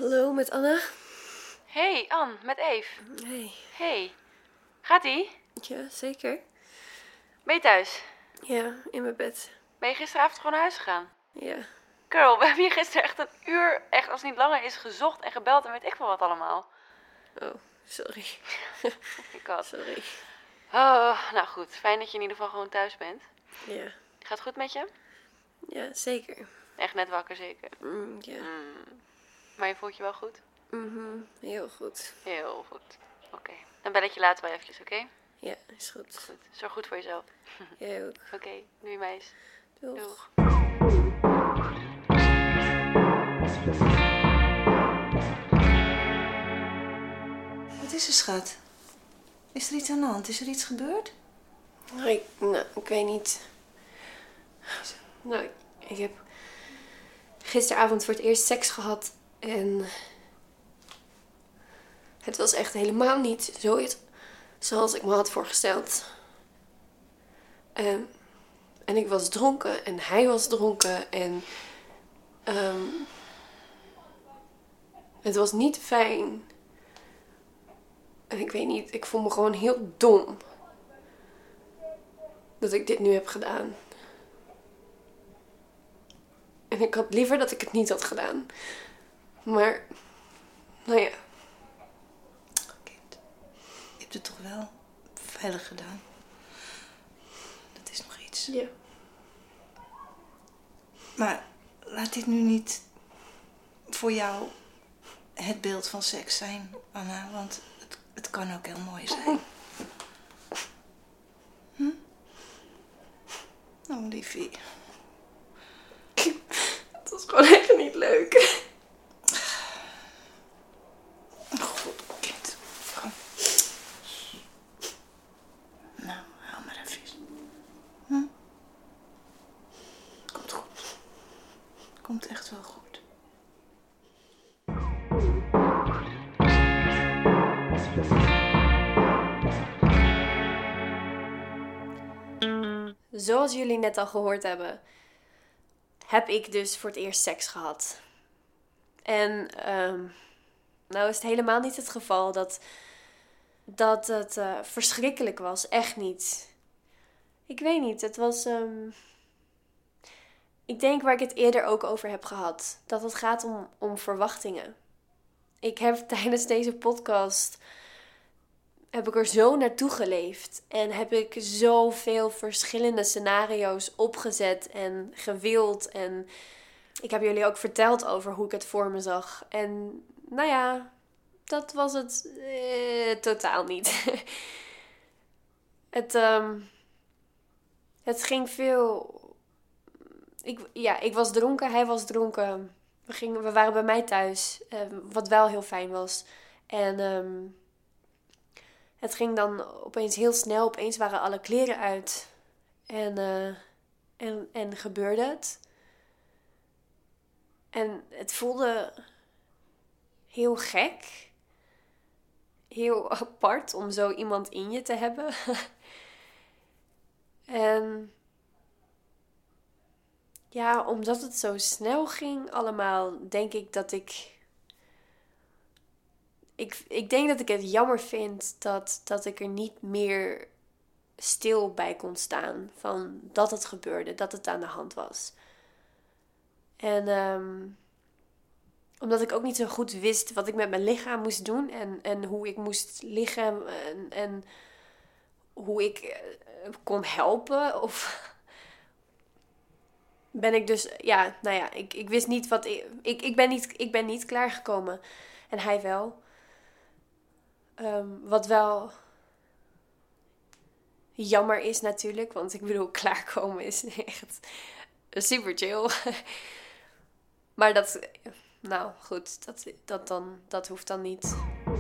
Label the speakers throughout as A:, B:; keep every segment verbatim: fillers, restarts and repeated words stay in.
A: Hallo, met Anna.
B: Hey, Ann, met Eve.
A: Hey.
B: Hey, gaat-ie?
A: Ja, zeker.
B: Ben je thuis?
A: Ja, in mijn bed.
B: Ben je gisteravond gewoon naar huis gegaan?
A: Ja.
B: Girl, we hebben hier gisteren echt een uur, echt als het niet langer is, gezocht en gebeld en weet ik veel wat allemaal.
A: Oh, sorry.
B: Ik had.
A: Sorry.
B: Oh, nou goed. Fijn dat je in ieder geval gewoon thuis bent.
A: Ja.
B: Gaat het goed met je?
A: Ja, zeker.
B: Echt net wakker, zeker.
A: Mm, ja.
B: Mm. Maar je voelt je wel goed?
A: Mhm, heel goed.
B: Heel goed. Oké. Okay. Dan bel ik je later wel eventjes, oké? Okay?
A: Ja, is goed.
B: Goed. Zorg goed voor jezelf.
A: Jij ook.
B: Oké, okay. Doei meis.
A: Doeg.
B: Doeg.
C: Wat is er, schat? Is er iets aan de hand? Is er iets gebeurd?
A: Nou, ik, nou, ik weet niet. Nou, ik heb gisteravond voor het eerst seks gehad. En het was echt helemaal niet zoiets zoals ik me had voorgesteld. En, en ik was dronken en hij was dronken. En um, het was niet fijn. En ik weet niet, ik voel me gewoon heel dom dat ik dit nu heb gedaan. En ik had liever dat ik het niet had gedaan. Maar, nou ja.
C: Kind, je hebt het toch wel veilig gedaan? Dat is nog iets.
A: Ja.
C: Maar laat dit nu niet voor jou het beeld van seks zijn, Anna. Want het, het kan ook heel mooi zijn. Hm? Oh, liefie.
A: Het was gewoon echt niet leuk.
C: Goed, kind. Kom. Nou, hou maar even. Hm? Komt goed. Komt echt wel goed.
A: Zoals jullie net al gehoord hebben, heb ik dus voor het eerst seks gehad. En um, nou is het helemaal niet het geval dat, dat het uh, verschrikkelijk was. Echt niet. Ik weet niet, het was... Um, ik denk waar ik het eerder ook over heb gehad. Dat het gaat om, om verwachtingen. Ik heb tijdens deze podcast... heb ik er zo naartoe geleefd. En heb ik zoveel verschillende scenario's opgezet en gewild. En ik heb jullie ook verteld over hoe ik het voor me zag. En nou ja, dat was het eh, totaal niet. het, um, het ging veel... Ik, ja, ik was dronken, hij was dronken. We, gingen, we waren bij mij thuis, um, wat wel heel fijn was. En... Um, Het ging dan opeens heel snel. Opeens waren alle kleren uit. En, uh, en, en gebeurde het. En het voelde heel gek. Heel apart om zo iemand in je te hebben. En ja, omdat het zo snel ging allemaal, denk ik dat ik... Ik, ik denk dat ik het jammer vind dat, dat ik er niet meer stil bij kon staan. Van dat het gebeurde, dat het aan de hand was. En um, omdat ik ook niet zo goed wist wat ik met mijn lichaam moest doen. En, en hoe ik moest liggen. En, en hoe ik uh, kon helpen. Of ben ik dus... Ja, nou ja, ik, ik wist niet wat... Ik, ik, ik, ben niet, ik ben niet klaargekomen. En hij wel. Um, wat wel jammer is natuurlijk. Want ik bedoel, klaarkomen is echt super chill. Maar dat... Nou, goed. Dat, dat, dan, dat hoeft dan niet.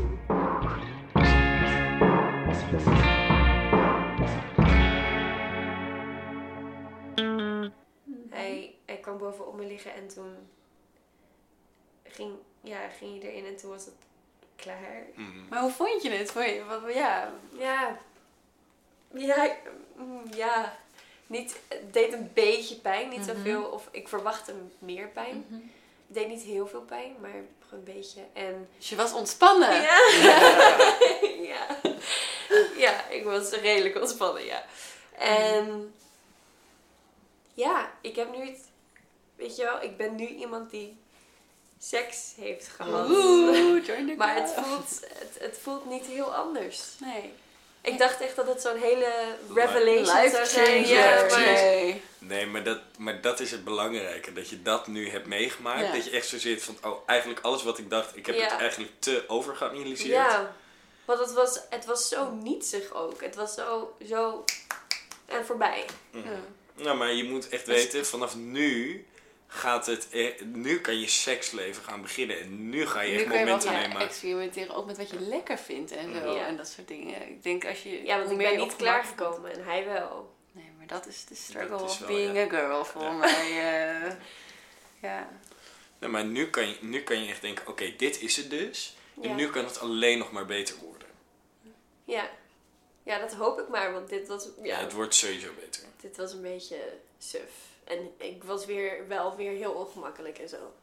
A: Hij, hij kwam bovenop me liggen en toen ging, ja, ging hij erin en toen was het klaar.
B: Mm.
A: Maar hoe vond je het? Vond je, wat, ja, ja, ja, ja, niet, het deed een beetje pijn, niet
C: mm-hmm.
A: zoveel, of ik verwachtte meer pijn.
C: Mm-hmm.
A: Het deed niet heel veel pijn, maar gewoon een beetje. En...
B: Dus je was ontspannen?
A: Ja. ja. Ja, ik was redelijk ontspannen, ja. En... Ja, ik heb nu het... Weet je wel, ik ben nu iemand die seks heeft gehad.
B: Oeh, join the
A: maar het
B: club.
A: voelt, het, het voelt niet heel anders.
B: Nee.
A: Ik dacht echt dat het zo'n hele revelation zou
B: Life
A: zijn.
B: changer.
A: Ja, maar...
B: Nee.
D: Nee, maar dat, maar dat is het belangrijke. Dat je dat nu hebt meegemaakt.
B: Ja.
D: Dat je echt zo zit van, oh, eigenlijk alles wat ik dacht, ik heb
A: Ja.
D: het eigenlijk te overgeanalyseerd.
A: Ja, want het was, het was zo nietsig ook. Het was zo, zo en voorbij.
D: Mhm.
B: Ja.
D: Nou, maar je moet echt weten, vanaf nu gaat het, e- nu kan je seksleven gaan beginnen. En nu ga je
B: Nu
D: echt
B: kan je wel
D: momenten
B: gaan
D: meemaken.
B: experimenteren, ook met wat je lekker vindt en zo.
A: Ja.
B: En dat soort dingen. Ik denk als je...
A: Ja, want
B: hoe
A: ik
B: meer
A: ben
B: je
A: niet
B: opgemaakt
A: klaargekomen en hij wel.
B: wordt- Nee, maar dat is de struggle
D: Dat is
B: of
D: wel,
B: being
D: ja.
B: a girl voor
D: Ja.
B: mij. eh. ja.
D: Nee, maar nu kan je, nu kan je echt denken, oké, dit is het dus. En
A: Ja.
D: nu kan het alleen nog maar beter worden.
A: Ja. Ja, dat hoop ik maar, want dit was,
D: Ja,
A: ja,
D: het wordt sowieso beter.
A: dit was een beetje suf. En ik was weer, wel weer heel ongemakkelijk en zo.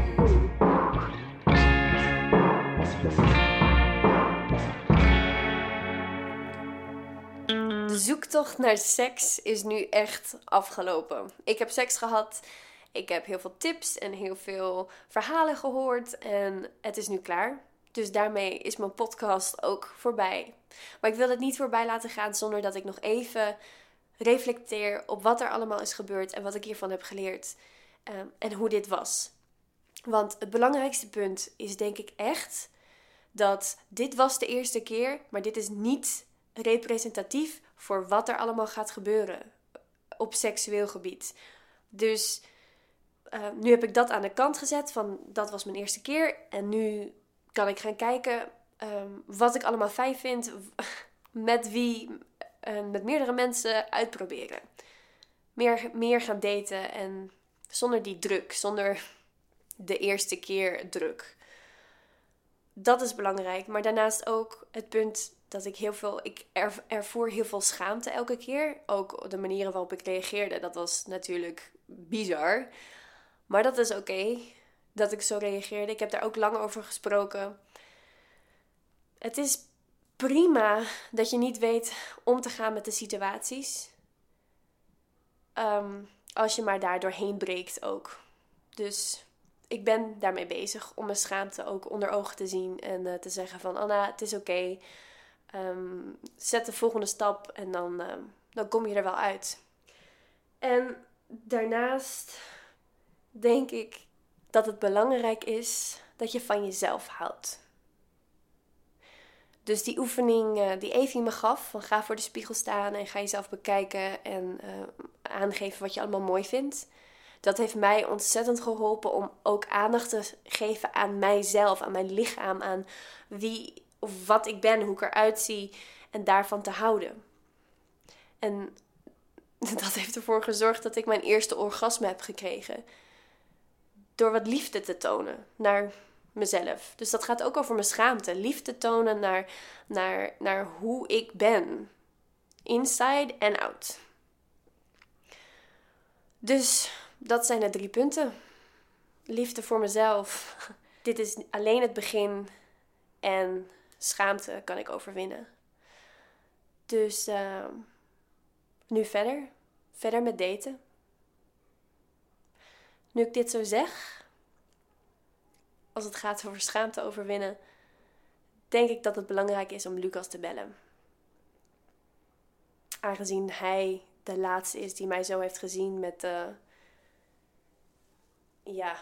A: De zoektocht naar seks is nu echt afgelopen. Ik heb seks gehad. Ik heb heel veel tips en heel veel verhalen gehoord. En het is nu klaar. Dus daarmee is mijn podcast ook voorbij. Maar ik wil het niet voorbij laten gaan zonder dat ik nog even reflecteer op wat er allemaal is gebeurd en wat ik hiervan heb geleerd. Um, en hoe dit was. Want het belangrijkste punt is denk ik echt dat dit was de eerste keer, maar dit is niet representatief voor wat er allemaal gaat gebeuren op seksueel gebied. Dus uh, nu heb ik dat aan de kant gezet van dat was mijn eerste keer en nu kan ik gaan kijken um, wat ik allemaal fijn vind, met wie, uh, met meerdere mensen uitproberen. Meer, meer gaan daten en zonder die druk, zonder de eerste keer druk. Dat is belangrijk, maar daarnaast ook het punt dat ik heel veel, ik erv- ervoer heel veel schaamte elke keer. Ook de manieren waarop ik reageerde, dat was natuurlijk bizar. Maar dat is oké, okay, dat ik zo reageerde. Ik heb daar ook lang over gesproken. Het is prima dat je niet weet om te gaan met de situaties. Um, als je maar daar doorheen breekt ook. Dus ik ben daarmee bezig om mijn schaamte ook onder ogen te zien. En uh, te zeggen van Anna, het is oké. Okay. Um, zet de volgende stap en dan, uh, dan kom je er wel uit. En daarnaast denk ik dat het belangrijk is dat je van jezelf houdt. Dus die oefening uh, die Evie me gaf, van ga voor de spiegel staan en ga jezelf bekijken en uh, aangeven wat je allemaal mooi vindt. Dat heeft mij ontzettend geholpen om ook aandacht te geven aan mijzelf, aan mijn lichaam, aan wie of wat ik ben, hoe ik eruit zie en daarvan te houden. En dat heeft ervoor gezorgd dat ik mijn eerste orgasme heb gekregen. Door wat liefde te tonen naar mezelf. Dus dat gaat ook over mijn schaamte. Liefde tonen naar, naar, naar hoe ik ben. Inside en out. Dus dat zijn de drie punten. Liefde voor mezelf. Dit is alleen het begin. En schaamte kan ik overwinnen. Dus uh, nu verder. Verder met daten. Nu ik dit zo zeg, als het gaat over schaamte overwinnen, denk ik dat het belangrijk is om Lucas te bellen. Aangezien hij de laatste is die mij zo heeft gezien met, uh, ja,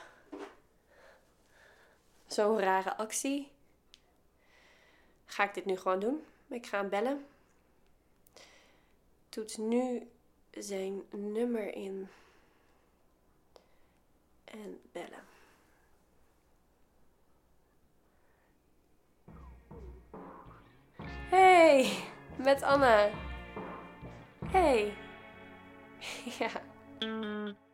A: zo'n rare actie, ga ik dit nu gewoon doen. Ik ga hem bellen. Toets nu zijn nummer in. En bellen. Hey, met Anna. Hey. Ja.